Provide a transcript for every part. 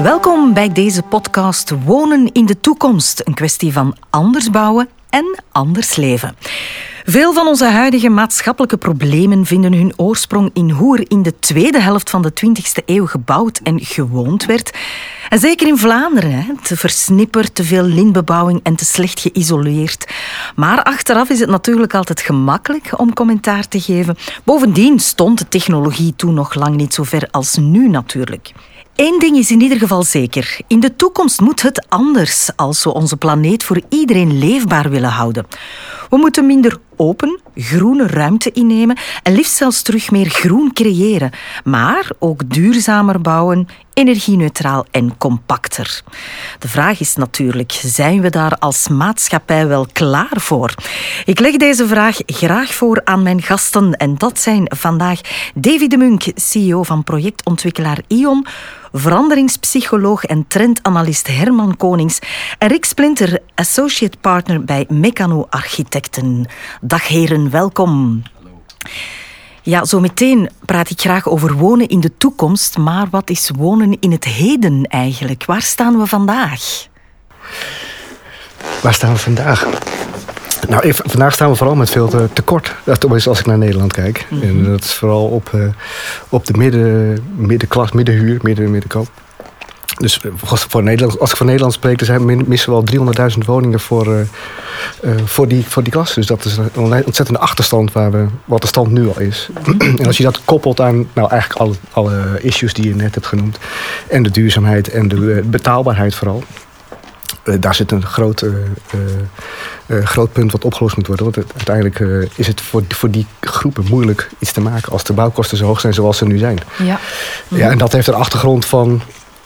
Welkom bij deze podcast Wonen in de toekomst. Een kwestie van anders bouwen en anders leven. Veel van onze huidige maatschappelijke problemen vinden hun oorsprong in hoe er in de tweede helft van de 20e eeuw gebouwd en gewoond werd. En zeker in Vlaanderen, te versnipperd, te veel lintbebouwing en te slecht geïsoleerd. Maar achteraf is het natuurlijk altijd gemakkelijk om commentaar te geven. Bovendien stond de technologie toen nog lang niet zo ver als nu natuurlijk. Eén ding is in ieder geval zeker. In de toekomst moet het anders als we onze planeet voor iedereen leefbaar willen houden. We moeten minder open, groene ruimte innemen en liefst zelfs terug meer groen creëren. Maar ook duurzamer bouwen, energie-neutraal en compacter. De vraag is natuurlijk, zijn we daar als maatschappij wel klaar voor? Ik leg deze vraag graag voor aan mijn gasten. En dat zijn vandaag Davy de Munk, CEO van projectontwikkelaar ION, veranderingspsycholoog en trendanalist Herman Konings en Rick Splinter, associate partner bij Meccano Architecten. Dag heren, welkom. Hallo. Ja, zo meteen praat ik graag over wonen in de toekomst, maar wat is wonen in het heden eigenlijk? Waar staan we vandaag? Waar staan we vandaag? Nou, vandaag staan we vooral met veel tekort. Dat is als ik naar Nederland kijk. Mm-hmm. En dat is vooral op de middenklasse, middenhuur, middenkoop. Dus voor Nederland, als ik van Nederland spreek, dan missen we al 300.000 woningen voor die klas. Dus dat is een ontzettende achterstand wat de stand nu al is. En als je dat koppelt aan eigenlijk alle issues die je net hebt genoemd, en de duurzaamheid en de betaalbaarheid vooral, daar zit een groot punt wat opgelost moet worden. Want uiteindelijk is het voor die groepen moeilijk iets te maken als de bouwkosten zo hoog zijn zoals ze nu zijn. Ja. Ja, en dat heeft een achtergrond van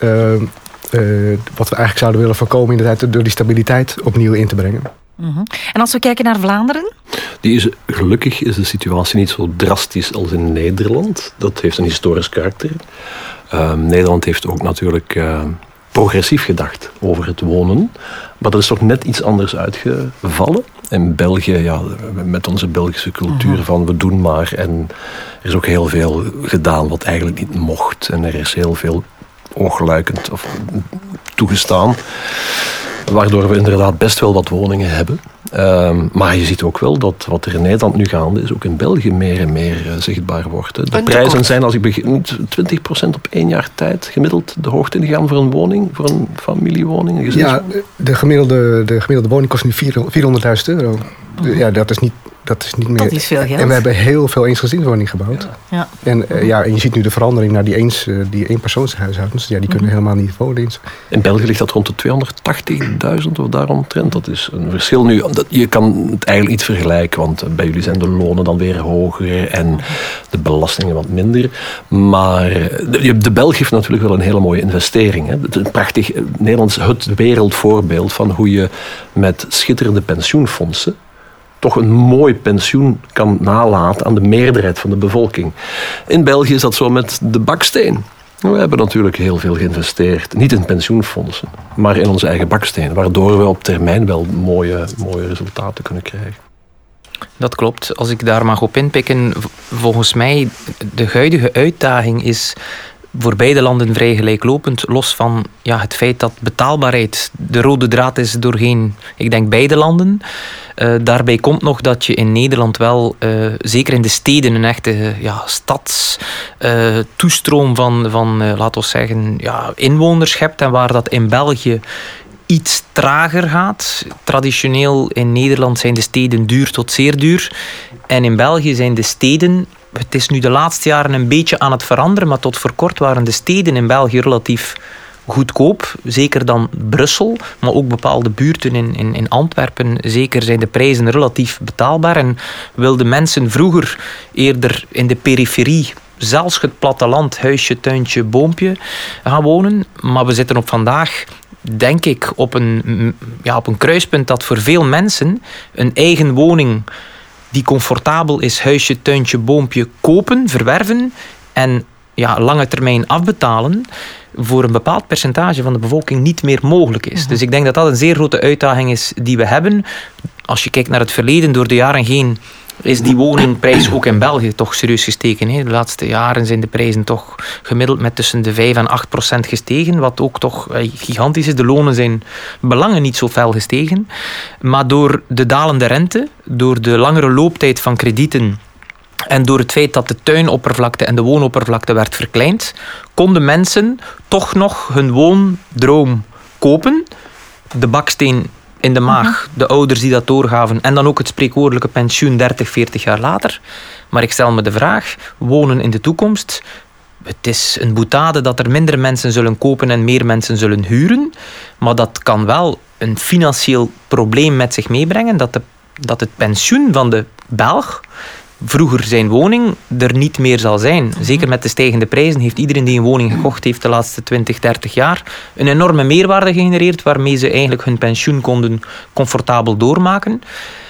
wat we eigenlijk zouden willen voorkomen inderdaad, door die stabiliteit opnieuw in te brengen. Mm-hmm. En als we kijken naar Vlaanderen? Gelukkig is de situatie niet zo drastisch als in Nederland. Dat heeft een historisch karakter. Nederland heeft ook natuurlijk progressief gedacht over het wonen. Maar dat is toch net iets anders uitgevallen. In België, ja, met onze Belgische cultuur van we doen maar. En er is ook heel veel gedaan wat eigenlijk niet mocht. En er is heel veel ongelijkend of toegestaan. Waardoor we inderdaad best wel wat woningen hebben. Maar je ziet ook wel dat wat er in Nederland nu gaande is, ook in België meer en meer zichtbaar wordt. De prijzen zijn, als ik begin, 20% op 1 jaar tijd gemiddeld de hoogte ingegaan voor een woning, voor een familiewoning. Ja, de gemiddelde woning kost nu €400.000. Ja, dat is niet meer. Dat is veel geld. En we hebben heel veel eensgezinswoningen gebouwd. Ja. En je ziet nu de verandering naar die eenpersoonshuishoudens. Ja, die kunnen helemaal niet wonen. In België ligt dat rond de 280.000 of daaromtrent. Dat is een verschil nu. Je kan het eigenlijk niet vergelijken, want bij jullie zijn de lonen dan weer hoger en de belastingen wat minder. Maar de Belg heeft natuurlijk wel een hele mooie investering. Hè. Het is een prachtig Nederlands, het wereldvoorbeeld van hoe je met schitterende pensioenfondsen toch een mooi pensioen kan nalaten aan de meerderheid van de bevolking. In België is dat zo met de baksteen. We hebben natuurlijk heel veel geïnvesteerd, niet in pensioenfondsen, maar in onze eigen baksteen, waardoor we op termijn wel mooie resultaten kunnen krijgen. Dat klopt. Als ik daar mag op inpikken, volgens mij de huidige uitdaging is voor beide landen vrij gelijklopend, los van het feit dat betaalbaarheid de rode draad is doorheen, ik denk, beide landen. Daarbij komt nog dat je in Nederland wel, zeker in de steden, een echte stadstoestroom van laten we zeggen, inwoners hebt. En waar dat in België iets trager gaat. Traditioneel in Nederland zijn de steden duur tot zeer duur. En in België zijn de steden, het is nu de laatste jaren een beetje aan het veranderen, maar tot voor kort waren de steden in België relatief goedkoop, zeker dan Brussel, maar ook bepaalde buurten in Antwerpen, zeker zijn de prijzen relatief betaalbaar en wilden mensen vroeger eerder in de periferie, zelfs het platteland, huisje, tuintje, boompje, gaan wonen. Maar we zitten op vandaag, denk ik, op een kruispunt dat voor veel mensen een eigen woning die comfortabel is, huisje, tuintje, boompje, kopen, verwerven en lange termijn afbetalen, voor een bepaald percentage van de bevolking niet meer mogelijk is. Dus ik denk dat dat een zeer grote uitdaging is die we hebben. Als je kijkt naar het verleden, door de jaren heen is die woningprijs ook in België toch serieus gestegen. Hè? De laatste jaren zijn de prijzen toch gemiddeld met tussen de 5 en 8% gestegen, wat ook toch gigantisch is. De lonen zijn belangen niet zo fel gestegen. Maar door de dalende rente, door de langere looptijd van kredieten en door het feit dat de tuinoppervlakte en de woonoppervlakte werd verkleind, konden mensen toch nog hun woondroom kopen. De baksteen in de maag, de ouders die dat doorgaven en dan ook het spreekwoordelijke pensioen 30, 40 jaar later. Maar ik stel me de vraag, wonen in de toekomst, het is een boutade dat er minder mensen zullen kopen en meer mensen zullen huren, maar dat kan wel een financieel probleem met zich meebrengen, dat het pensioen van de Belg, vroeger zijn woning, er niet meer zal zijn. Zeker met de stijgende prijzen heeft iedereen die een woning gekocht heeft de laatste 20, 30 jaar een enorme meerwaarde gegenereerd waarmee ze eigenlijk hun pensioen konden comfortabel doormaken.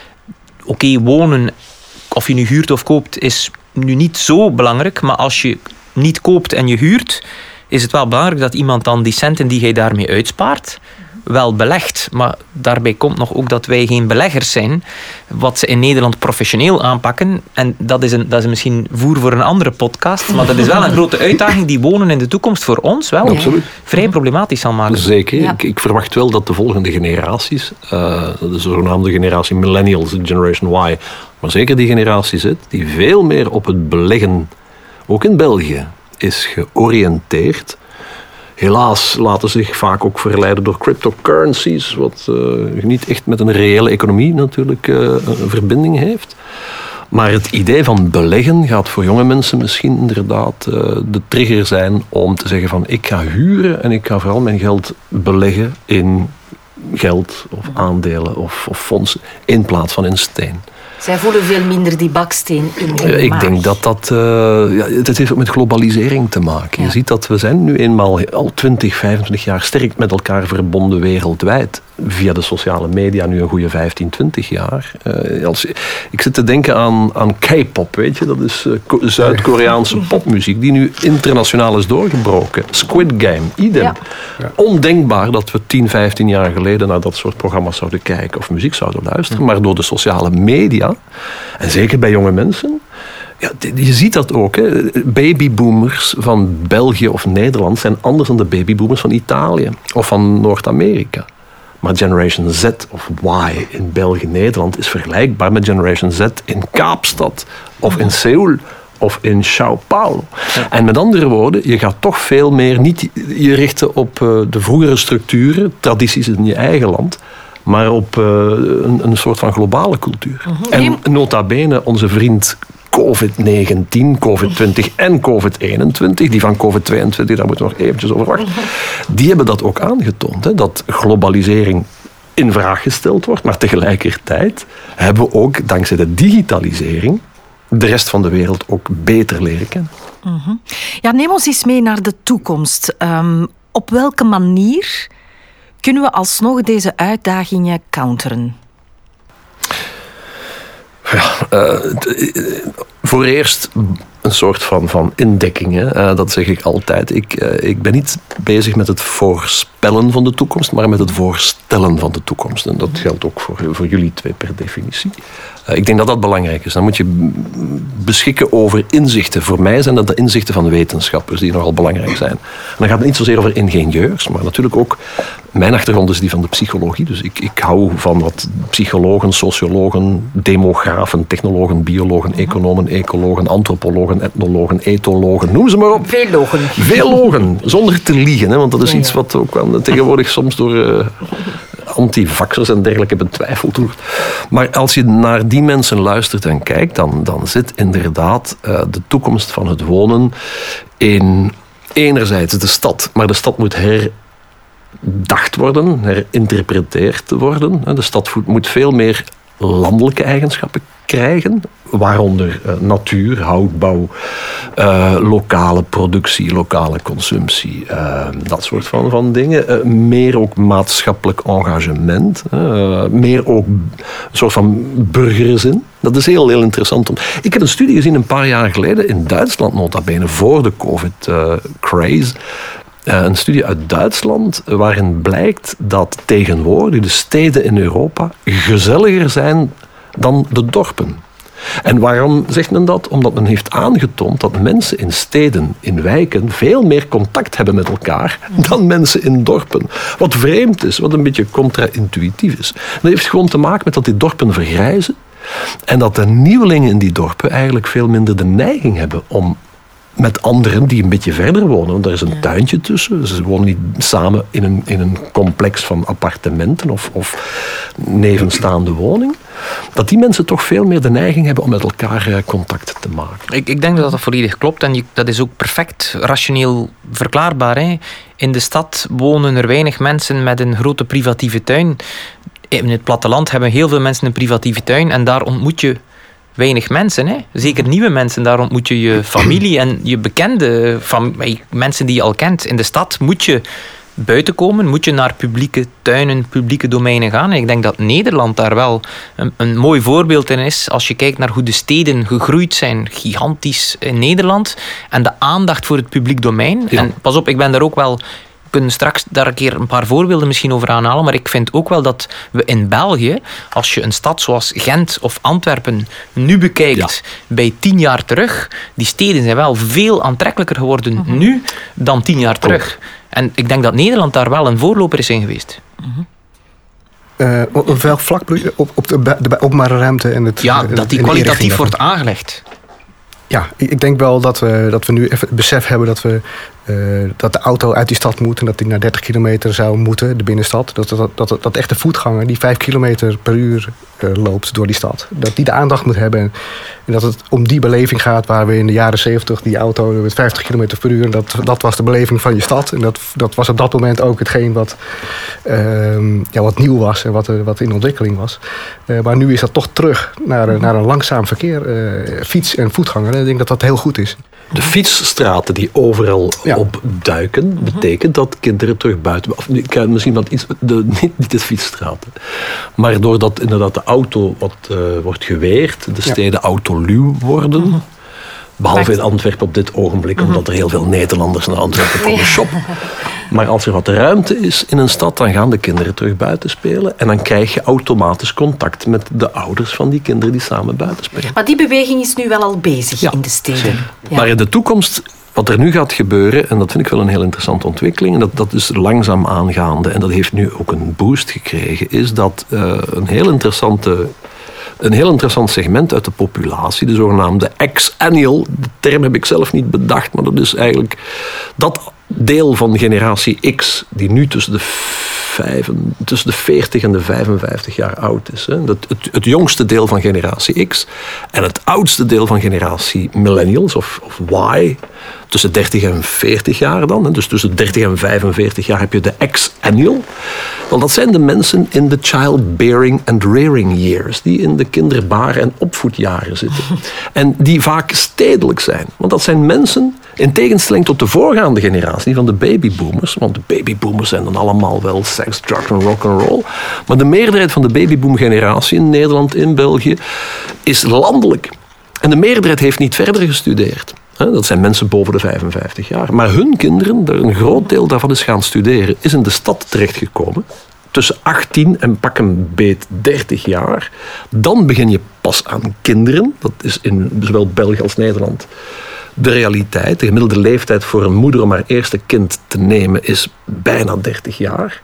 Oké, wonen, of je nu huurt of koopt, is nu niet zo belangrijk, maar als je niet koopt en je huurt, is het wel belangrijk dat iemand dan die centen die hij daarmee uitspaart wel belegt. Maar daarbij komt nog ook dat wij geen beleggers zijn, wat ze in Nederland professioneel aanpakken. En dat is misschien voer voor een andere podcast, maar dat is wel een grote uitdaging die wonen in de toekomst voor ons wel vrij problematisch zal maken. Zeker. Ja. Ik verwacht wel dat de volgende generaties, de zogenaamde generatie millennials, de Generation Y, maar zeker die generatie Z, die veel meer op het beleggen, ook in België, is georiënteerd. Helaas laten zich vaak ook verleiden door cryptocurrencies, wat niet echt met een reële economie natuurlijk een verbinding heeft. Maar het idee van beleggen gaat voor jonge mensen misschien inderdaad de trigger zijn om te zeggen van ik ga huren en ik ga vooral mijn geld beleggen in geld of aandelen of fondsen in plaats van in steen. Zij voelen veel minder die baksteen in hun Ik denk dat het heeft ook met globalisering te maken. Ja. Je ziet dat we zijn nu eenmaal al 20, 25 jaar sterk met elkaar verbonden wereldwijd. Via de sociale media nu een goede 15, 20 jaar. Ik zit te denken aan K-pop, weet je. Dat is Zuid-Koreaanse popmuziek die nu internationaal is doorgebroken. Squid Game, idem. Ja. Ja. Ondenkbaar dat we 10, 15 jaar geleden naar dat soort programma's zouden kijken of muziek zouden luisteren. Maar door de sociale media, en zeker bij jonge mensen, ja, je ziet dat ook. Hè. Babyboomers van België of Nederland zijn anders dan de babyboomers van Italië of van Noord-Amerika. Maar Generation Z of Y in België-Nederland is vergelijkbaar met Generation Z in Kaapstad of in Seoul of in São Paulo. Ja. En met andere woorden, je gaat toch veel meer niet je richten op de vroegere structuren, tradities in je eigen land, maar op een soort van globale cultuur. En nota bene, onze vriend COVID-19, COVID-20 en COVID-21, die van COVID-22, daar moeten we nog eventjes over wachten, die hebben dat ook aangetoond, hè, dat globalisering in vraag gesteld wordt, maar tegelijkertijd hebben we ook, dankzij de digitalisering, de rest van de wereld ook beter leren kennen. Ja, neem ons eens mee naar de toekomst. Op welke manier kunnen we alsnog deze uitdagingen counteren? Ja, voor eerst een soort van indekking. Hè. Dat zeg ik altijd. Ik ben niet bezig met het voorspellen van de toekomst, maar met het voorstellen van de toekomst. En dat geldt ook voor jullie twee per definitie. Ik denk dat dat belangrijk is. Dan moet je beschikken over inzichten. Voor mij zijn dat de inzichten van wetenschappers die nogal belangrijk zijn. En dan gaat het niet zozeer over ingenieurs, maar natuurlijk ook, mijn achtergrond is die van de psychologie. Dus ik hou van wat psychologen, sociologen, demografen, technologen, biologen, economen, ecologen, antropologen, etnologen, etologen, noem ze maar op. Veel logen, zonder te liegen. Hè, want dat is iets wat ook tegenwoordig soms door antivaxers en dergelijke betwijfeld wordt. Maar als je naar die mensen luistert en kijkt, dan zit inderdaad de toekomst van het wonen in enerzijds de stad. Maar de stad moet herdacht worden, herinterpreteerd worden. De stad moet veel meer landelijke eigenschappen krijgen, waaronder natuur, houtbouw, lokale productie, lokale consumptie, dat soort van dingen. Meer ook maatschappelijk engagement, meer ook een soort van burgerzin. Dat is heel, heel interessant. Ik heb een studie gezien een paar jaar geleden in Duitsland, nota bene, voor de COVID-craze. Een studie uit Duitsland waarin blijkt dat tegenwoordig de steden in Europa gezelliger zijn dan de dorpen. En waarom zegt men dat? Omdat men heeft aangetoond dat mensen in steden, in wijken, veel meer contact hebben met elkaar dan mensen in dorpen. Wat vreemd is, wat een beetje contra-intuïtief is. Dat heeft gewoon te maken met dat die dorpen vergrijzen en dat de nieuwelingen in die dorpen eigenlijk veel minder de neiging hebben om met anderen die een beetje verder wonen. Want er is een tuintje tussen. Ze wonen niet samen in een complex van appartementen of nevenstaande woningen. Dat die mensen toch veel meer de neiging hebben om met elkaar contact te maken. Ik denk dat dat volledig klopt en dat is ook perfect rationeel verklaarbaar. Hè? In de stad wonen er weinig mensen met een grote privatieve tuin. In het platteland hebben heel veel mensen een privatieve tuin en daar ontmoet je weinig mensen, hè? Zeker nieuwe mensen. Daar ontmoet je je familie en je bekende mensen die je al kent. In de stad moet je buiten komen, moet je naar publieke tuinen, publieke domeinen gaan. En ik denk dat Nederland daar wel een mooi voorbeeld in is. Als je kijkt naar hoe de steden gegroeid zijn, gigantisch in Nederland. En de aandacht voor het publiek domein. Ja. En pas op, ik ben daar ook wel... We kunnen straks daar een keer een paar voorbeelden misschien over aanhalen, maar ik vind ook wel dat we in België, als je een stad zoals Gent of Antwerpen nu bekijkt, bij 10 jaar terug, die steden zijn wel veel aantrekkelijker geworden nu dan 10 jaar terug. En ik denk dat Nederland daar wel een voorloper is in geweest. Op welk vlak op de openbare ruimte en het... Ja, dat die kwalitatief wordt aangelegd. Ja, ik denk wel dat we nu even het besef hebben dat de auto uit die stad moet en dat die naar 30 kilometer zou moeten, de binnenstad. Dat echt de voetganger die 5 kilometer per uur loopt door die stad. Dat die de aandacht moet hebben. En dat het om die beleving gaat waar we in de jaren 70 die auto met 50 kilometer per uur. Dat was de beleving van je stad. En dat was op dat moment ook hetgeen wat nieuw was en wat in ontwikkeling was. Maar nu is dat toch terug naar een langzaam verkeer. Fiets en voetganger. En ik denk dat dat heel goed is. De fietsstraten die overal opduiken, betekent dat kinderen terug buiten... Of misschien wat iets... Niet de fietsstraten. Maar doordat inderdaad de auto wordt geweerd, de steden autoluw worden... Behalve in Antwerpen op dit ogenblik, omdat er heel veel Nederlanders naar Antwerpen komen shoppen. Maar als er wat ruimte is in een stad, dan gaan de kinderen terug buiten spelen. En dan krijg je automatisch contact met de ouders van die kinderen die samen buiten spelen. Maar die beweging is nu wel al bezig in de steden. Ja. Maar in de toekomst, wat er nu gaat gebeuren, en dat vind ik wel een heel interessante ontwikkeling, en dat is langzaam aangaande, en dat heeft nu ook een boost gekregen, is dat een heel interessant segment uit de populatie, de zogenaamde Xennial. De term heb ik zelf niet bedacht, maar dat is eigenlijk dat deel van generatie X die nu tussen de 40 en de 55 jaar oud is. Hè. Het jongste deel van generatie X en het oudste deel van generatie millennials of Y, tussen 30 en 40 jaar dan. Dus tussen 30 en 45 jaar heb je de Xennial. Wel, dat zijn de mensen in de childbearing and rearing years, die in de kinderbaren en opvoedjaren zitten. En die vaak stedelijk zijn. Want dat zijn mensen, in tegenstelling tot de voorgaande generatie van de babyboomers, want de babyboomers zijn dan allemaal wel seks, drugs en rock'n'roll, maar de meerderheid van de babyboom-generatie in Nederland, in België, is landelijk. En de meerderheid heeft niet verder gestudeerd. Dat zijn mensen boven de 55 jaar. Maar hun kinderen, een groot deel daarvan is gaan studeren, is in de stad terechtgekomen. Tussen 18 en pak een beet 30 jaar. Dan begin je pas aan kinderen. Dat is in zowel België als Nederland de realiteit. De gemiddelde leeftijd voor een moeder om haar eerste kind te nemen is bijna 30 jaar.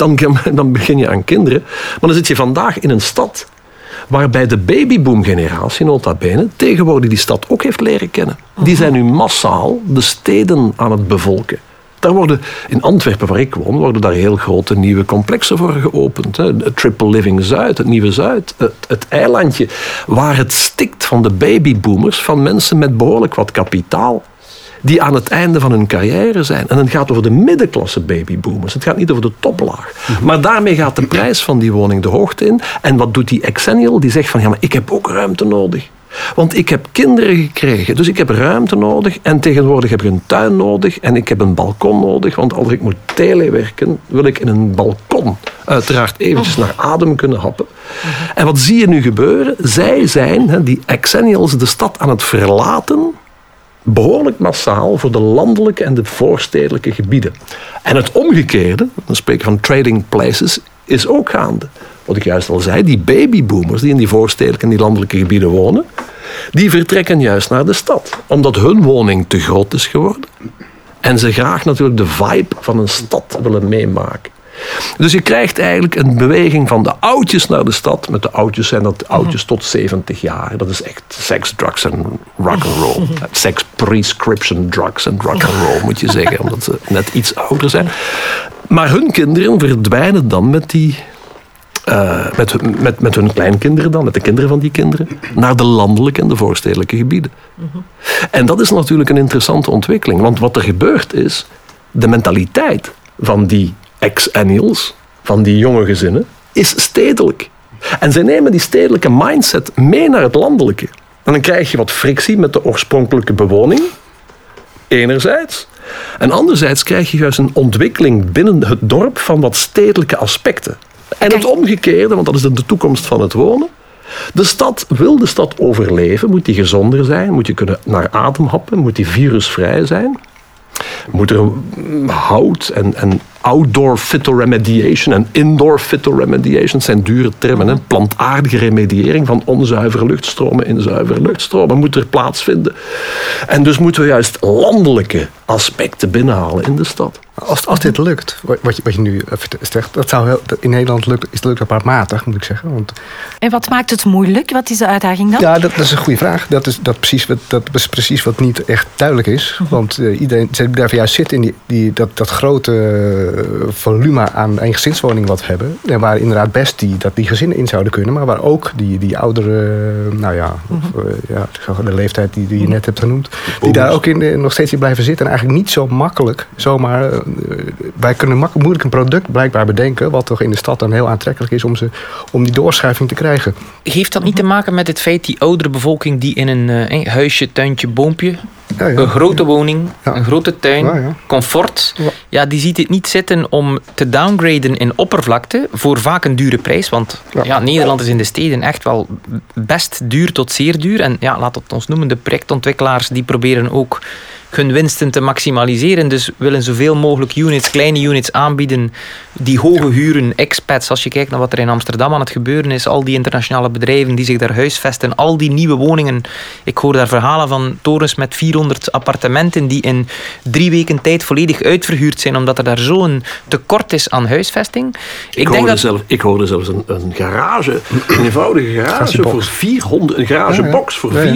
Dan begin je aan kinderen. Maar dan zit je vandaag in een stad waarbij de babyboom-generatie, nota bene, tegenwoordig die stad ook heeft leren kennen. Die zijn nu massaal de steden aan het bevolken. Daar worden, in Antwerpen, waar ik woon, worden daar heel grote nieuwe complexen voor geopend. Het Triple Living Zuid, het Nieuwe Zuid, het eilandje, waar het stikt van de babyboomers, van mensen met behoorlijk wat kapitaal, die aan het einde van hun carrière zijn. En het gaat over de middenklasse babyboomers. Het gaat niet over de toplaag. Maar daarmee gaat de prijs van die woning de hoogte in. En wat doet die Xennial? Die zegt van, ja, maar ik heb ook ruimte nodig. Want ik heb kinderen gekregen, dus ik heb ruimte nodig. En tegenwoordig heb ik een tuin nodig en ik heb een balkon nodig. Want als ik moet telewerken, wil ik in een balkon uiteraard eventjes naar adem kunnen happen. En wat zie je nu gebeuren? Zij zijn, die Xennials, de stad aan het verlaten, behoorlijk massaal voor de landelijke en de voorstedelijke gebieden. En het omgekeerde, dan spreken we van trading places, is ook gaande. wat ik juist al zei, die babyboomers die in die voorstedelijke en die landelijke gebieden wonen, die vertrekken juist naar de stad. Omdat hun woning te groot is geworden. En ze graag natuurlijk de vibe van een stad willen meemaken. Dus je krijgt eigenlijk een beweging van de oudjes naar de stad. Met de oudjes zijn dat oudjes tot 70 jaar. Dat is echt seks, drugs en rock'n'roll. Seks, prescription drugs en rock'n'roll moet je zeggen. Omdat ze net iets ouder zijn. Maar hun kinderen verdwijnen dan met hun kleinkinderen dan, met de kinderen van die kinderen, naar de landelijke en de voorstedelijke gebieden. En dat is natuurlijk een interessante ontwikkeling. Want wat er gebeurt is, de mentaliteit van die ex-annials, van die jonge gezinnen, is stedelijk. En zij nemen die stedelijke mindset mee naar het landelijke. En dan krijg je wat frictie met de oorspronkelijke bewoning, enerzijds. En anderzijds krijg je juist een ontwikkeling binnen het dorp van wat stedelijke aspecten. En het omgekeerde, want dat is de toekomst van het wonen. Wil de stad overleven, moet die gezonder zijn, moet je kunnen naar adem happen, moet die virusvrij zijn. Moet er hout en outdoor phytoremediation en indoor phytoremediation zijn dure termen. Hè? Plantaardige remediëring van onzuivere luchtstromen in zuivere luchtstromen moet er plaatsvinden. En dus moeten we juist landelijke aspecten binnenhalen in de stad. Als dit lukt, wat je nu zegt, in Nederland lukt het maar matig, moet ik zeggen. Want... En wat maakt het moeilijk? Wat is de uitdaging dan? Ja, dat is een goede vraag. Dat is precies wat niet echt duidelijk is. Want iedereen blijft juist zitten in dat grote volume aan eengezinswoningen wat we hebben. En waar inderdaad best die gezinnen in zouden kunnen. Maar waar ook die oudere, de leeftijd die je net hebt genoemd. Die daar ook nog steeds in blijven zitten. En eigenlijk niet zo makkelijk zomaar... wij kunnen moeilijk een product blijkbaar bedenken... wat toch in de stad dan heel aantrekkelijk is om die doorschuiving te krijgen. Heeft dat niet te maken met het feit die oudere bevolking... die in een huisje, tuintje, boompje... Ja. Een grote woning, een grote tuin, comfort. Ja, die ziet het niet zitten om te downgraden in oppervlakte voor vaak een dure prijs. Want Nederland is in de steden echt wel best duur tot zeer duur. En laat het ons noemen, de projectontwikkelaars die proberen ook hun winsten te maximaliseren. Dus willen zoveel mogelijk kleine units aanbieden die hoge huren, expats. Als je kijkt naar wat er in Amsterdam aan het gebeuren is, al die internationale bedrijven die zich daar huisvesten, al die nieuwe woningen. Ik hoor daar verhalen van torens met 400 appartementen die in 3 weken tijd volledig uitverhuurd zijn, omdat er daar zo'n tekort is aan huisvesting. Ik hoorde zelfs een garage, een eenvoudige garage voor 400, een garagebox voor €400.000.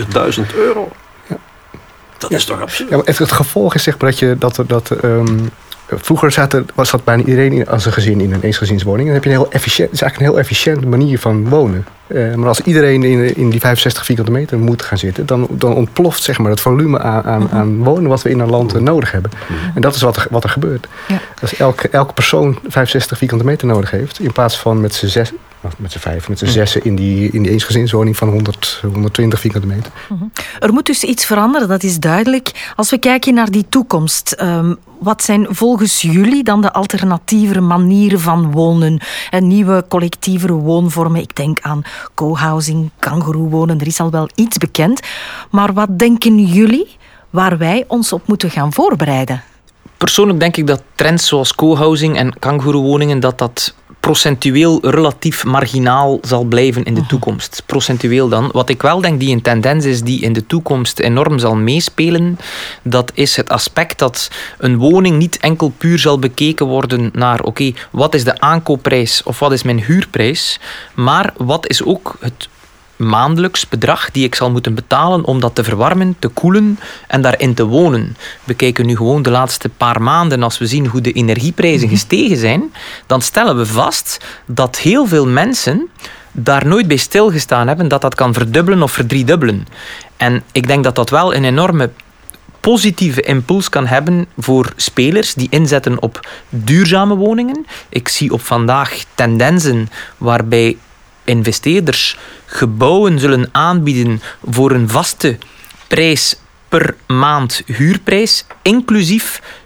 Dat is toch absurd? Ja, het gevolg is zeg maar vroeger zat bijna iedereen als een gezin in een eensgezinswoning. Dan heb je het is eigenlijk een heel efficiënte manier van wonen. Maar als iedereen in die 65 vierkante meter moet gaan zitten, dan ontploft zeg maar het volume aan wonen wat we in een land nodig hebben. En dat is wat er gebeurt. Ja. Als elke persoon 65 vierkante meter nodig heeft, in plaats van met z'n zessen in die eensgezinswoning van 120 vierkante meter. Er moet dus iets veranderen, dat is duidelijk. Als we kijken naar die toekomst, wat zijn volgens jullie dan de alternatievere manieren van wonen? En nieuwe collectievere woonvormen, ik denk aan co-housing, kangoeroewonen, er is al wel iets bekend. Maar wat denken jullie waar wij ons op moeten gaan voorbereiden? Persoonlijk denk ik dat trends zoals co-housing en kangoeroewoningen, dat procentueel relatief marginaal zal blijven in de toekomst. Procentueel dan. Wat ik wel denk die een tendens is die in de toekomst enorm zal meespelen, dat is het aspect dat een woning niet enkel puur zal bekeken worden naar wat is de aankoopprijs of wat is mijn huurprijs, maar wat is ook het maandelijks bedrag die ik zal moeten betalen om dat te verwarmen, te koelen en daarin te wonen. We kijken nu gewoon de laatste paar maanden, als we zien hoe de energieprijzen gestegen zijn, dan stellen we vast dat heel veel mensen daar nooit bij stilgestaan hebben dat dat kan verdubbelen of verdriedubbelen. En ik denk dat dat wel een enorme positieve impuls kan hebben voor spelers die inzetten op duurzame woningen. Ik zie op vandaag tendensen waarbij investeerders gebouwen zullen aanbieden voor een vaste prijs per maand huurprijs, inclusief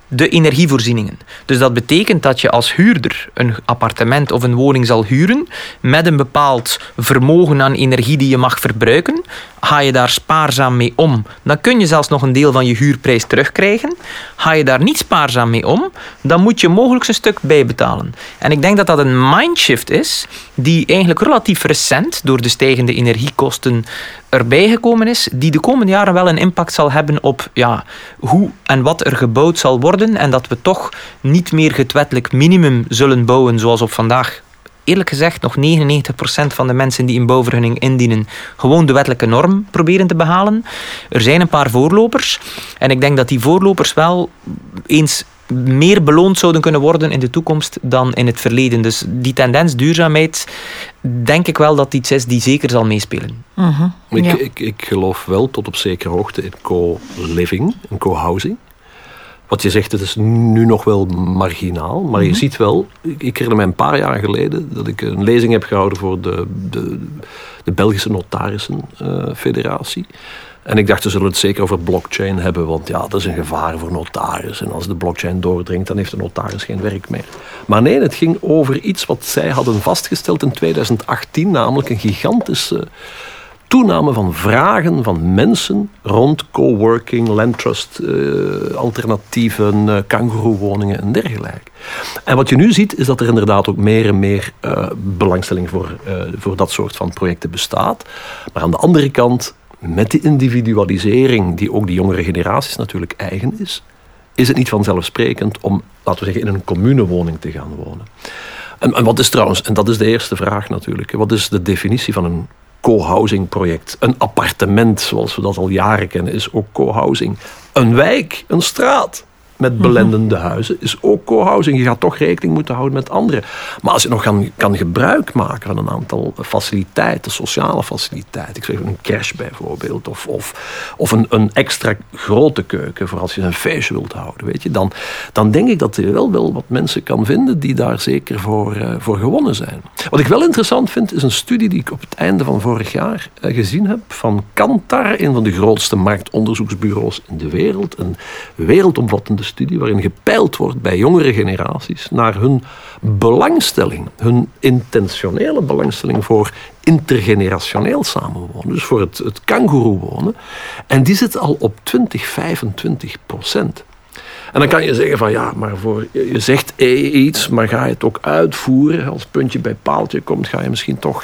de energievoorzieningen. Dus dat betekent dat je als huurder een appartement of een woning zal huren met een bepaald vermogen aan energie die je mag verbruiken. Ga je daar spaarzaam mee om, dan kun je zelfs nog een deel van je huurprijs terugkrijgen. Ga je daar niet spaarzaam mee om, dan moet je mogelijk een stuk bijbetalen. En ik denk dat dat een mindshift is die eigenlijk relatief recent door de stijgende energiekosten erbij gekomen is, die de komende jaren wel een impact zal hebben op hoe en wat er gebouwd zal worden en dat we toch niet meer het wettelijk minimum zullen bouwen zoals op vandaag. Eerlijk gezegd, nog 99% van de mensen die een bouwvergunning indienen gewoon de wettelijke norm proberen te behalen. Er zijn een paar voorlopers en ik denk dat die voorlopers wel eens meer beloond zouden kunnen worden in de toekomst dan in het verleden. Dus die tendens duurzaamheid, denk ik wel dat iets is die zeker zal meespelen. Mm-hmm. Ja. Ik geloof wel tot op zekere hoogte in co-living, in co-housing. Wat je zegt, het is nu nog wel marginaal, maar je ziet wel, ik herinner me een paar jaar geleden dat ik een lezing heb gehouden voor de Belgische Notarissenfederatie. En ik dacht, we zullen het zeker over blockchain hebben, want dat is een gevaar voor notaris. En als de blockchain doordringt, dan heeft de notaris geen werk meer. Maar nee, het ging over iets wat zij hadden vastgesteld in 2018, namelijk een gigantische toename van vragen van mensen rond coworking, landtrust, alternatieven, kangoeroewoningen en dergelijke. En wat je nu ziet, is dat er inderdaad ook meer en meer belangstelling voor dat soort van projecten bestaat. Maar aan de andere kant, met die individualisering die ook die jongere generaties natuurlijk eigen is het niet vanzelfsprekend om, laten we zeggen, in een communewoning te gaan wonen. En wat is trouwens, en dat is de eerste vraag natuurlijk, wat is de definitie van een co-housing project? Een appartement, zoals we dat al jaren kennen, is ook co-housing. Een wijk, een straat met belendende huizen is ook co-housing. Je gaat toch rekening moeten houden met anderen. Maar als je nog kan gebruik maken van een aantal faciliteiten, sociale faciliteiten, ik zeg een crash bijvoorbeeld, of een extra grote keuken voor als je een feestje wilt houden, weet je, dan denk ik dat je wel wat mensen kan vinden die daar zeker voor gewonnen zijn. Wat ik wel interessant vind, is een studie die ik op het einde van vorig jaar gezien heb van Kantar, een van de grootste marktonderzoeksbureaus in de wereld, een wereldomvattende studie waarin gepeild wordt bij jongere generaties naar hun belangstelling, hun intentionele belangstelling voor intergenerationeel samenwonen, dus voor het kangoeroewonen. En die zit al op 20-25%. En dan kan je zeggen van maar je zegt iets, maar ga je het ook uitvoeren? Als puntje bij paaltje komt, ga je misschien toch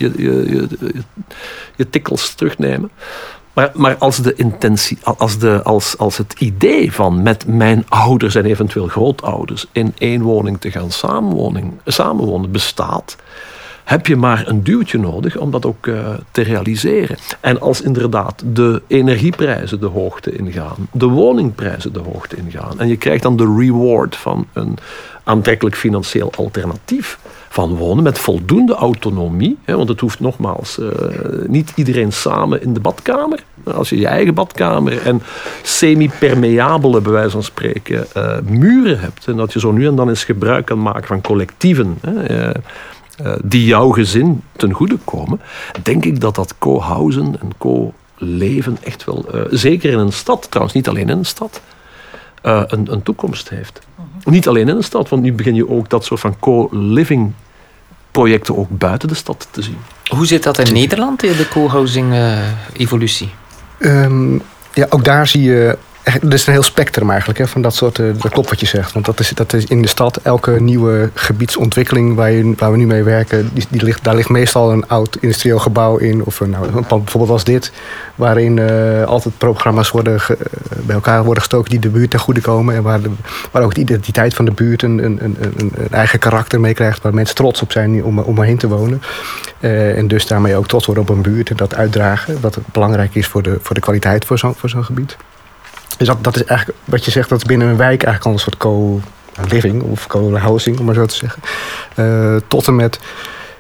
je tikkels terugnemen. Maar als de intentie, als het idee van met mijn ouders en eventueel grootouders in één woning te gaan samenwonen bestaat, heb je maar een duwtje nodig om dat ook te realiseren. En als inderdaad de energieprijzen de hoogte ingaan, de woningprijzen de hoogte ingaan, en je krijgt dan de reward van een aantrekkelijk financieel alternatief van wonen met voldoende autonomie, want het hoeft nogmaals niet iedereen samen in de badkamer. Als je je eigen badkamer en semi-permeabele, bij wijze van spreken, muren hebt, en dat je zo nu en dan eens gebruik kan maken van collectieven die jouw gezin ten goede komen, denk ik dat co-housen en co-leven echt wel, zeker in een stad, trouwens niet alleen in een stad, een toekomst heeft. Niet alleen in een stad, want nu begin je ook dat soort van co-living projecten ook buiten de stad te zien. Hoe zit dat in Nederland, de co-housing evolutie? Ook daar zie je, er is een heel spectrum eigenlijk van dat soort, dat klopt wat je zegt. Want dat is in de stad, elke nieuwe gebiedsontwikkeling waar we nu mee werken, daar ligt meestal een oud industrieel gebouw in. Of een pand bijvoorbeeld als dit, waarin altijd programma's bij elkaar worden gestoken die de buurt ten goede komen. En waar ook de identiteit van de buurt een eigen karakter mee krijgt, waar mensen trots op zijn om erheen te wonen. En dus daarmee ook trots worden op een buurt en dat uitdragen, wat belangrijk is voor de kwaliteit voor zo'n gebied. Dus dat is eigenlijk, wat je zegt, dat is binnen een wijk eigenlijk al een soort co-living of co-housing, om maar zo te zeggen. Tot en met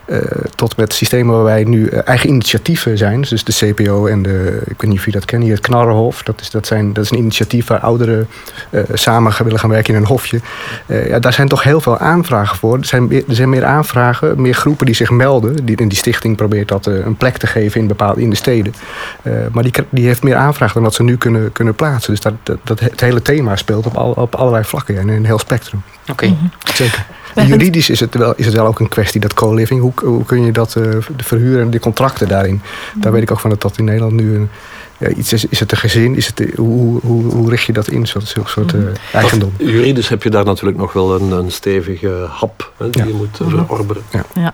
tot met systemen waarbij nu eigen initiatieven zijn. Dus de CPO en ik weet niet of je dat kent hier, het Knarrenhof. Dat is een initiatief waar ouderen samen willen gaan werken in een hofje. Daar zijn toch heel veel aanvragen voor. Er zijn meer aanvragen, meer groepen die zich melden. Die stichting probeert dat een plek te geven in de steden. Maar die heeft meer aanvragen dan dat ze nu kunnen plaatsen. Dus het hele thema speelt op allerlei vlakken in een heel spectrum. Oké. Zeker. Juridisch is het wel ook een kwestie, dat co-living. Hoe kun je dat verhuren en de contracten daarin? Daar weet ik ook van dat in Nederland nu iets is. Is het een gezin? Hoe richt je dat in, zo'n soort eigendom? Juridisch heb je daar natuurlijk nog wel een stevige hap die je moet verorberen. Ja.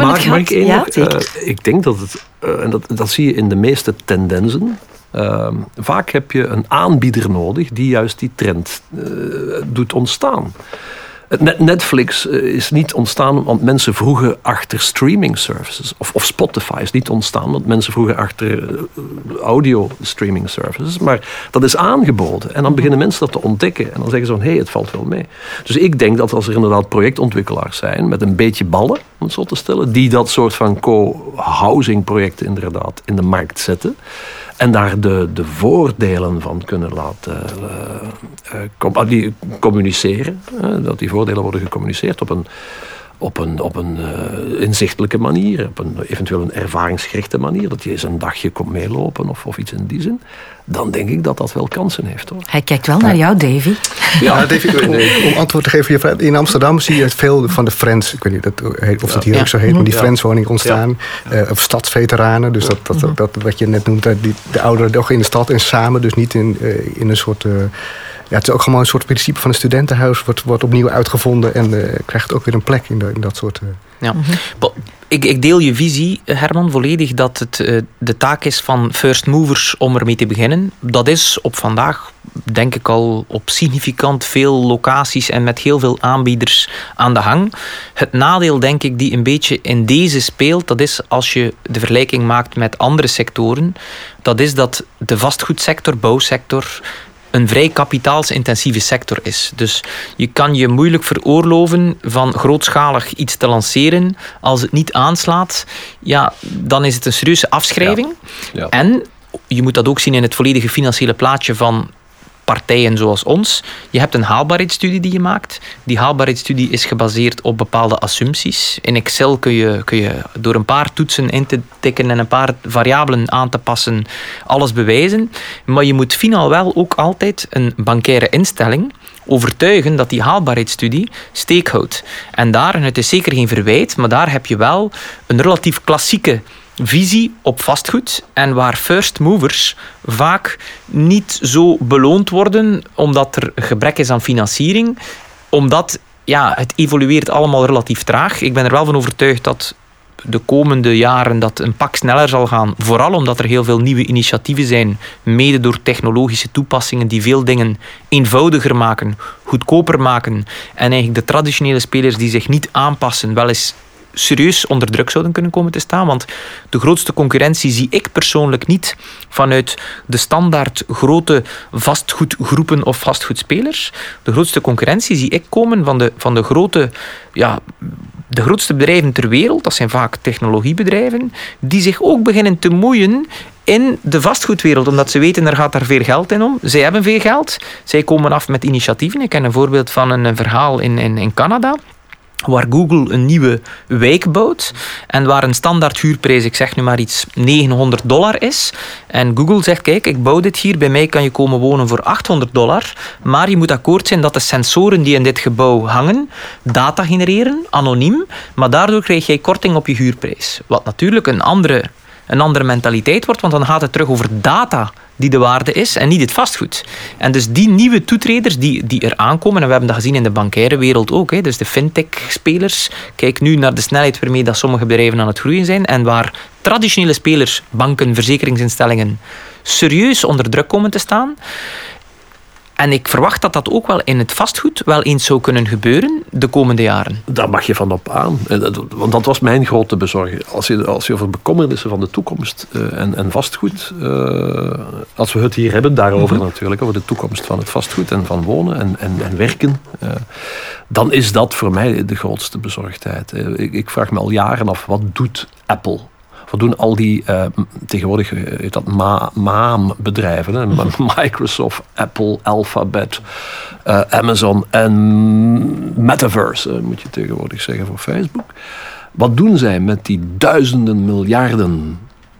Ik denk dat het, en dat zie je in de meeste tendensen, vaak heb je een aanbieder nodig die juist die trend doet ontstaan. Netflix is niet ontstaan want mensen vroegen achter streaming services. Of Spotify is niet ontstaan want mensen vroegen achter audio streaming services. Maar dat is aangeboden. En dan beginnen mensen dat te ontdekken. En dan zeggen ze van, het valt wel mee. Dus ik denk dat als er inderdaad projectontwikkelaars zijn met een beetje ballen, om het zo te stellen, die dat soort van co-housing projecten inderdaad in de markt zetten. En daar de voordelen van kunnen laten communiceren. Dat die voordelen worden gecommuniceerd op een inzichtelijke manier. Op eventueel een ervaringsgerichte manier. Dat je eens een dagje komt meelopen of iets in die zin. Dan denk ik dat dat wel kansen heeft, hoor. Hij kijkt wel naar jou, Davy. Ja, Davy, om antwoord te geven. In Amsterdam zie je veel van de Friends. Ik weet niet of dat hier ook zo heet. Maar die Friends-woning ontstaan. Of stadsveteranen. Dus dat wat je net noemt. De ouderen toch in de stad en samen. Dus niet in een soort... het is ook gewoon een soort principe van een studentenhuis. Wordt opnieuw uitgevonden. En krijgt ook weer een plek in dat soort... Ja. Ik deel je visie, Herman, volledig dat het de taak is van first movers om ermee te beginnen. Dat is op vandaag, denk ik, al op significant veel locaties en met heel veel aanbieders aan de hang. Het nadeel, denk ik, die een beetje in deze speelt, dat is als je de vergelijking maakt met andere sectoren, dat is dat de vastgoedsector, bouwsector, een vrij kapitaalsintensieve sector is. Dus je kan je moeilijk veroorloven van grootschalig iets te lanceren. Als het niet aanslaat, dan is het een serieuze afschrijving. Ja. En je moet dat ook zien in het volledige financiële plaatje van partijen zoals ons. Je hebt een haalbaarheidsstudie die je maakt. Die haalbaarheidsstudie is gebaseerd op bepaalde assumpties. In Excel kun je door een paar toetsen in te tikken en een paar variabelen aan te passen alles bewijzen. Maar je moet finaal wel ook altijd een bankaire instelling overtuigen dat die haalbaarheidsstudie steek houdt. En daar, en het is zeker geen verwijt, maar daar heb je wel een relatief klassieke visie op vastgoed en waar first movers vaak niet zo beloond worden omdat er gebrek is aan financiering, omdat het evolueert allemaal relatief traag. Ik ben er wel van overtuigd dat de komende jaren dat een pak sneller zal gaan, vooral omdat er heel veel nieuwe initiatieven zijn, mede door technologische toepassingen die veel dingen eenvoudiger maken, goedkoper maken en eigenlijk de traditionele spelers die zich niet aanpassen wel eens serieus onder druk zouden kunnen komen te staan. Want de grootste concurrentie zie ik persoonlijk niet vanuit de standaard grote vastgoedgroepen of vastgoedspelers. De grootste concurrentie zie ik komen van de grootste bedrijven ter wereld. Dat zijn vaak technologiebedrijven die zich ook beginnen te moeien in de vastgoedwereld, omdat ze weten, er gaat daar veel geld in om. Zij hebben veel geld. Zij komen af met initiatieven. Ik ken een voorbeeld van een verhaal in Canada, waar Google een nieuwe wijk bouwt en waar een standaard huurprijs, ik zeg nu maar iets, $900 is. En Google zegt, kijk, ik bouw dit hier, bij mij kan je komen wonen voor $800, maar je moet akkoord zijn dat de sensoren die in dit gebouw hangen, data genereren, anoniem, maar daardoor krijg jij korting op je huurprijs. Wat natuurlijk een andere mentaliteit wordt, want dan gaat het terug over data die de waarde is en niet het vastgoed. En dus die nieuwe toetreders die er aankomen, en we hebben dat gezien in de bankaire wereld ook, dus de fintech-spelers, kijk nu naar de snelheid waarmee dat sommige bedrijven aan het groeien zijn en waar traditionele spelers, banken, verzekeringsinstellingen, serieus onder druk komen te staan. En ik verwacht dat dat ook wel in het vastgoed wel eens zou kunnen gebeuren de komende jaren. Daar mag je van op aan. Want dat was mijn grote bezorging. Als je over bekommernissen van de toekomst en vastgoed... als we het hier hebben, daarover natuurlijk, over de toekomst van het vastgoed en van wonen en werken... dan is dat voor mij de grootste bezorgdheid. Ik vraag me al jaren af, wat doet Apple? Wat doen al die, tegenwoordig heet dat MAAM-bedrijven, hè? Microsoft, Apple, Alphabet, Amazon en Metaverse, moet je tegenwoordig zeggen voor Facebook. Wat doen zij met die duizenden miljarden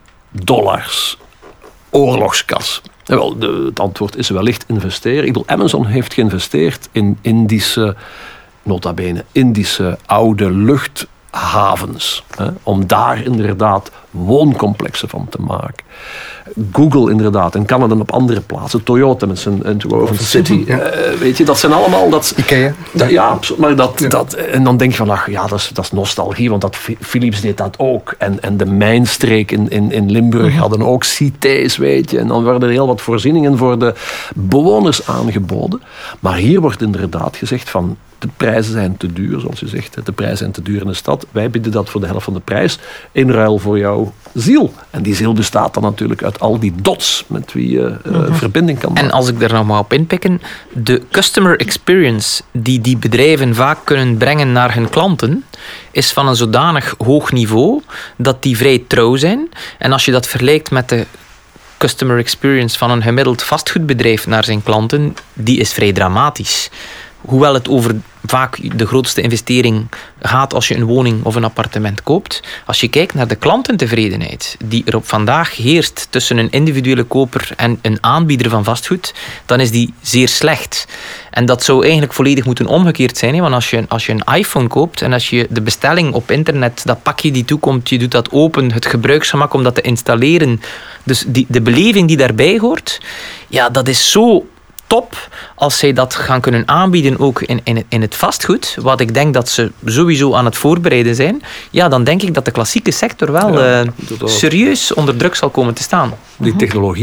dollars oorlogskas? Wel, het antwoord is wellicht investeren. Ik bedoel, Amazon heeft geïnvesteerd in Indische, nota bene, Indische oude luchthavens. Om daar inderdaad wooncomplexen van te maken. Google inderdaad, en Canada op andere plaatsen. Toyota met zijn City. Ja. Weet je, dat zijn allemaal... Ikea. Ja, maar en dan denk je van, ach ja, dat is nostalgie, want Philips deed dat ook. En de mijnstreek in Limburg hadden ook cités, weet je. En dan werden er heel wat voorzieningen voor de bewoners aangeboden. Maar hier wordt inderdaad gezegd van, de prijzen zijn te duur, zoals je zegt. De prijzen zijn te duur in de stad. Wij bieden dat voor de helft van de prijs in ruil voor jouw ziel. En die ziel bestaat dan natuurlijk uit al die dots met wie je verbinding kan maken. En als ik daar nog maar op inpikken, de customer experience die bedrijven vaak kunnen brengen naar hun klanten, is van een zodanig hoog niveau dat die vrij trouw zijn. En als je dat vergelijkt met de customer experience van een gemiddeld vastgoedbedrijf naar zijn klanten, die is vrij dramatisch. Hoewel het over vaak de grootste investering gaat als je een woning of een appartement koopt. Als je kijkt naar de klantentevredenheid die er op vandaag heerst tussen een individuele koper en een aanbieder van vastgoed, dan is die zeer slecht. En dat zou eigenlijk volledig moeten omgekeerd zijn. Want als je een iPhone koopt en als je de bestelling op internet, dat pakje die toekomt, je doet dat open, het gebruiksgemak om dat te installeren, dus de beleving die daarbij hoort, ja, dat is zo top als zij dat gaan kunnen aanbieden ook in het vastgoed, wat ik denk dat ze sowieso aan het voorbereiden zijn, ja, dan denk ik dat de klassieke sector wel serieus onder druk zal komen te staan. Die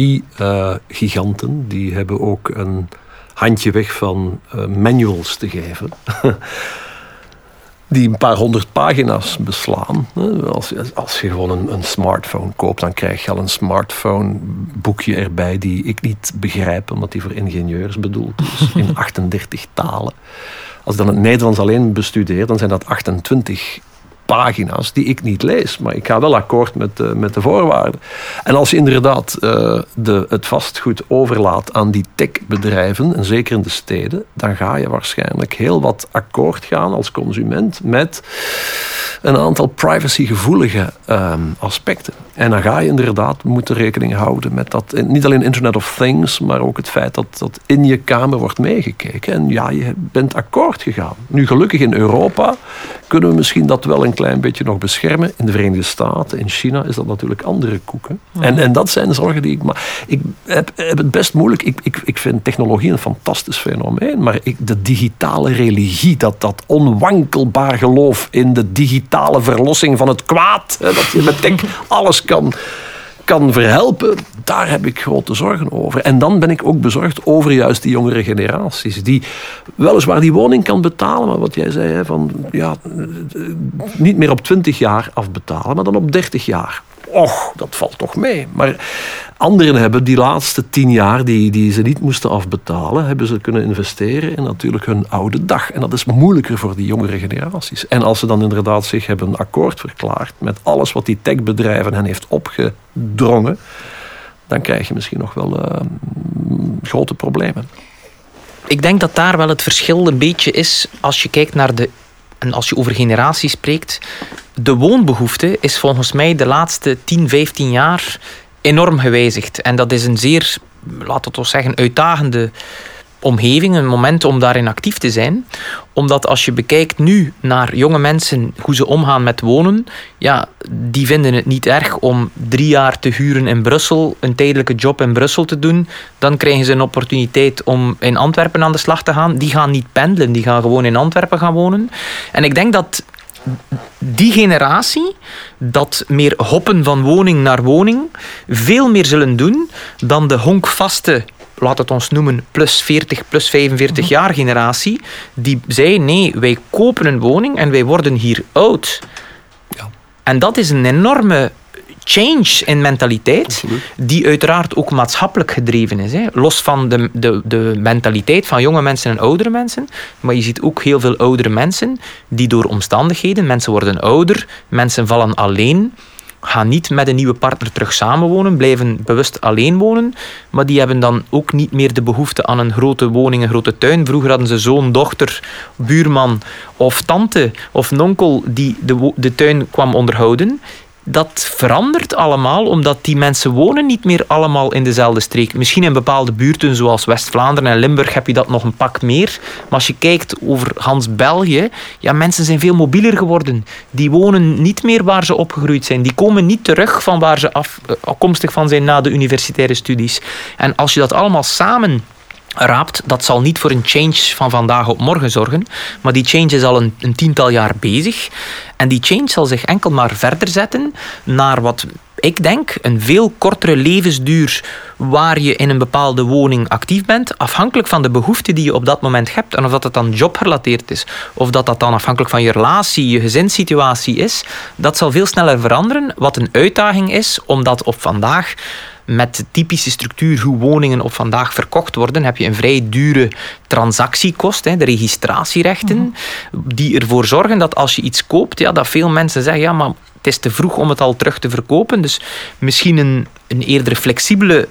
technologie-giganten, die hebben ook een handje weg van manuals te geven. Die een paar 100 pagina's beslaan. Als je gewoon een smartphone koopt, dan krijg je al een smartphone-boekje erbij die ik niet begrijp, omdat die voor ingenieurs bedoeld is, in 38 talen. Als ik dan het Nederlands alleen bestudeer, dan zijn dat 28 pagina's die ik niet lees. Maar ik ga wel akkoord met de voorwaarden. En als je inderdaad het vastgoed overlaat aan die techbedrijven, en zeker in de steden, dan ga je waarschijnlijk heel wat akkoord gaan als consument met een aantal privacygevoelige aspecten. En dan ga je inderdaad moeten rekening houden met dat, niet alleen Internet of Things, maar ook het feit dat in je kamer wordt meegekeken. En ja, je bent akkoord gegaan. Nu, gelukkig in Europa kunnen we misschien dat wel een klein beetje nog beschermen. In de Verenigde Staten, in China is dat natuurlijk andere koeken. Ja. En dat zijn zorgen die ik maak. Ik heb het best moeilijk. Ik vind technologie een fantastisch fenomeen, maar de digitale religie, dat onwankelbaar geloof in de digitale verlossing van het kwaad, dat je met tech alles kan verhelpen, daar heb ik grote zorgen over. En dan ben ik ook bezorgd over juist die jongere generaties, die weliswaar die woning kan betalen, maar wat jij zei, van ja, niet meer op 20 jaar afbetalen, maar dan op 30 jaar. Och, dat valt toch mee. Maar anderen hebben die laatste 10 jaar die ze niet moesten afbetalen, hebben ze kunnen investeren in natuurlijk hun oude dag. En dat is moeilijker voor die jongere generaties. En als ze dan inderdaad zich hebben akkoord verklaard met alles wat die techbedrijven hen heeft opgedrongen, dan krijg je misschien nog wel grote problemen. Ik denk dat daar wel het verschil een beetje is als je kijkt naar en als je over generaties spreekt. De woonbehoefte is volgens mij de laatste 10, 15 jaar enorm gewijzigd. En dat is een zeer, laten we toch zeggen, uitdagende omgeving, een moment om daarin actief te zijn. Omdat als je bekijkt nu naar jonge mensen, hoe ze omgaan met wonen, ja, die vinden het niet erg om 3 jaar te huren in Brussel, een tijdelijke job in Brussel te doen. Dan krijgen ze een opportuniteit om in Antwerpen aan de slag te gaan. Die gaan niet pendelen, die gaan gewoon in Antwerpen gaan wonen. En ik denk dat die generatie, dat meer hoppen van woning naar woning, veel meer zullen doen dan de honkvaste laat het ons noemen, plus 40, plus 45 jaar generatie, die zei, nee, wij kopen een woning en wij worden hier oud. Ja. En dat is een enorme change in mentaliteit, die uiteraard ook maatschappelijk gedreven is. Hè. Los van de mentaliteit van jonge mensen en oudere mensen, maar je ziet ook heel veel oudere mensen die door omstandigheden, mensen worden ouder, mensen vallen alleen, gaan niet met een nieuwe partner terug samenwonen, blijven bewust alleen wonen, maar die hebben dan ook niet meer de behoefte aan een grote woning, een grote tuin. Vroeger hadden ze zoon, dochter, buurman of tante of nonkel die de tuin kwam onderhouden. Dat verandert allemaal, omdat die mensen wonen niet meer allemaal in dezelfde streek. Misschien in bepaalde buurten, zoals West-Vlaanderen en Limburg, heb je dat nog een pak meer. Maar als je kijkt over Hans België, ja, mensen zijn veel mobieler geworden. Die wonen niet meer waar ze opgegroeid zijn. Die komen niet terug van waar ze afkomstig van zijn na de universitaire studies. En als je dat allemaal samen raapt, dat zal niet voor een change van vandaag op morgen zorgen, maar die change is al een 10-tal jaar bezig. En die change zal zich enkel maar verder zetten naar wat ik denk een veel kortere levensduur waar je in een bepaalde woning actief bent, afhankelijk van de behoefte die je op dat moment hebt. En of dat dan jobgerelateerd is, of dat dan afhankelijk van je relatie, je gezinssituatie is, dat zal veel sneller veranderen. Wat een uitdaging is, omdat op vandaag met de typische structuur hoe woningen op vandaag verkocht worden, heb je een vrij dure transactiekost, de registratierechten, die ervoor zorgen dat als je iets koopt, ja, dat veel mensen zeggen, ja, maar het is te vroeg om het al terug te verkopen. Dus misschien een eerder flexibele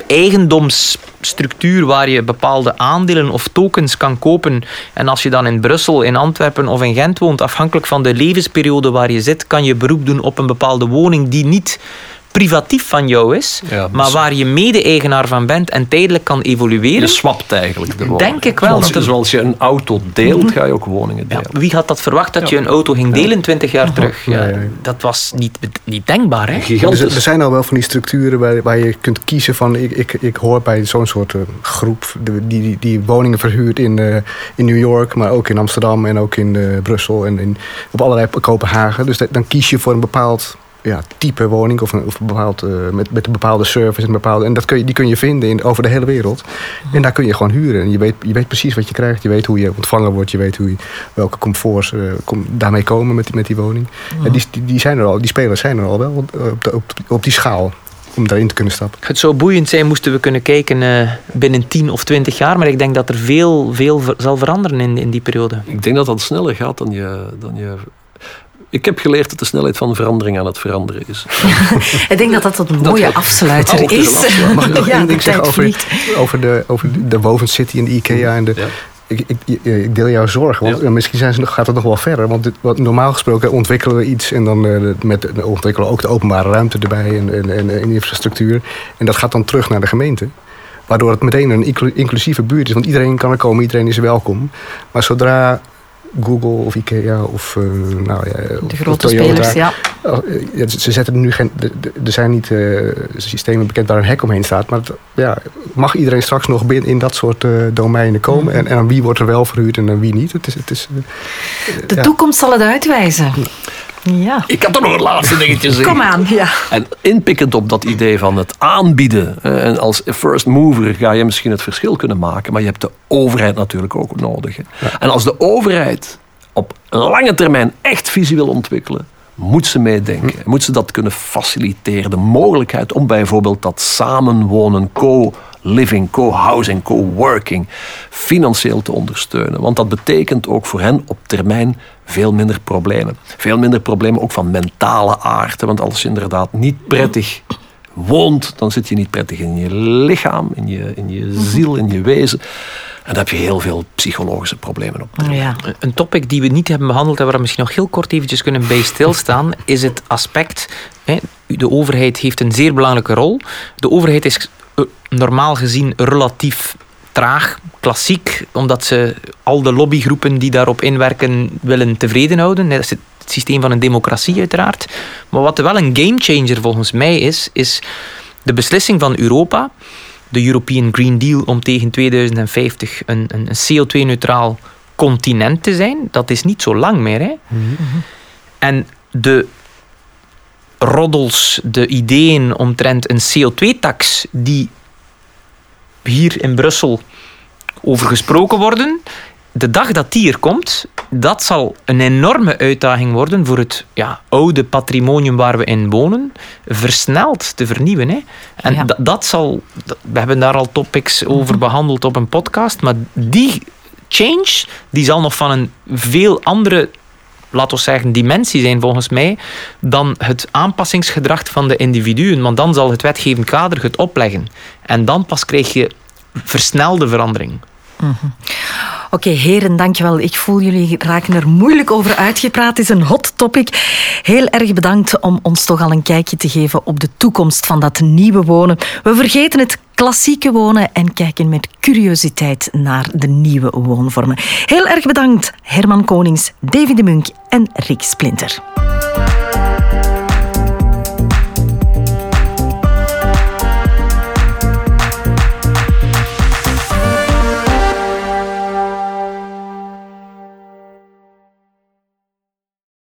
eigendomsstructuur waar je bepaalde aandelen of tokens kan kopen. En als je dan in Brussel, in Antwerpen of in Gent woont, afhankelijk van de levensperiode waar je zit, kan je beroep doen op een bepaalde woning die niet privatief van jou is, ja, maar waar je mede-eigenaar van bent en tijdelijk kan evolueren. Je swapt eigenlijk de woning. Denk ik wel. Zoals je een auto deelt, ga je ook woningen delen. Ja, wie had dat verwacht dat je een auto ging delen 20 jaar terug? Ja, dat was niet denkbaar. Hè? Er zijn al wel van die structuren waar je kunt kiezen van ik hoor bij zo'n soort groep die woningen verhuurt in New York, maar ook in Amsterdam en ook in Brussel en op allerlei Kopenhagen. Dus dan kies je voor een bepaald type woning of een bepaald, met een bepaalde service en die kun je vinden over de hele wereld. En daar kun je gewoon huren. En je weet precies wat je krijgt. Je weet hoe je ontvangen wordt. Je weet welke comforts daarmee komen met die woning. En die spelers zijn er al wel op die schaal om daarin te kunnen stappen. Het zou boeiend zijn moesten we kunnen kijken binnen 10 of 20 jaar, maar ik denk dat er veel zal veranderen in die periode. Ik denk dat dat sneller gaat dan je. Ik heb geleerd dat de snelheid van verandering aan het veranderen is. Ik denk dat dat een mooie afsluiter is. Mag ik nog één ding zeggen over de Woven City en de IKEA en de... Ja. Ik deel jouw zorg, want misschien gaat het nog wel verder. Want normaal gesproken ontwikkelen we iets en dan ontwikkelen we ook de openbare ruimte erbij en infrastructuur. En dat gaat dan terug naar de gemeente. Waardoor het meteen een inclusieve buurt is. Want iedereen kan er komen, iedereen is welkom. Maar zodra Google of IKEA of de grote Toyota, spelers, ze zetten nu er zijn niet systemen bekend waar een hek omheen staat, maar mag iedereen straks nog binnen in dat soort domeinen komen en aan wie wordt er wel verhuurd en aan wie niet? De toekomst zal het uitwijzen. Ja. Ik had er nog een laatste dingetje zeggen. Kom aan, ja. En inpikkend op dat idee van het aanbieden. En als first mover ga je misschien het verschil kunnen maken, maar je hebt de overheid natuurlijk ook nodig. Ja. En als de overheid op lange termijn echt visie wil ontwikkelen, moet ze meedenken. Moet ze dat kunnen faciliteren. De mogelijkheid om bijvoorbeeld dat samenwonen, co-living, co-housing, co-working financieel te ondersteunen. Want dat betekent ook voor hen op termijn veel minder problemen. Veel minder problemen ook van mentale aard. Want als je inderdaad niet prettig woont, dan zit je niet prettig in je lichaam, in je ziel, in je wezen. En dan heb je heel veel psychologische problemen op. Ja. Een topic die we niet hebben behandeld en waar we misschien nog heel kort eventjes kunnen bij stilstaan, is het aspect, de overheid heeft een zeer belangrijke rol. De overheid is normaal gezien relatief traag, klassiek, omdat ze al de lobbygroepen die daarop inwerken willen tevreden houden. Dat is het systeem van een democratie uiteraard. Maar wat wel een gamechanger volgens mij is de beslissing van Europa, de European Green Deal, om tegen 2050 een CO2-neutraal continent te zijn. Dat is niet zo lang meer. Hè? Mm-hmm. En de roddels, de ideeën omtrent een CO2-tax die hier in Brussel over gesproken worden. De dag dat die er komt, dat zal een enorme uitdaging worden voor het oude patrimonium waar we in wonen, versneld te vernieuwen. Hè. En we hebben daar al topics over behandeld op een podcast, maar die change, die zal nog van een veel andere, laten we zeggen, dimensie zijn volgens mij, dan het aanpassingsgedrag van de individuen. Want dan zal het wetgevend kader het opleggen. En dan pas krijg je versnelde verandering. Oké, heren, dankjewel. Ik voel jullie raken er moeilijk over uitgepraat. Het is een hot topic. Heel erg bedankt om ons toch al een kijkje te geven op de toekomst van dat nieuwe wonen. We vergeten het klassieke wonen en kijken met curiositeit naar de nieuwe woonvormen. Heel erg bedankt, Herman Konings, Davy de Munk en Rick Splinter.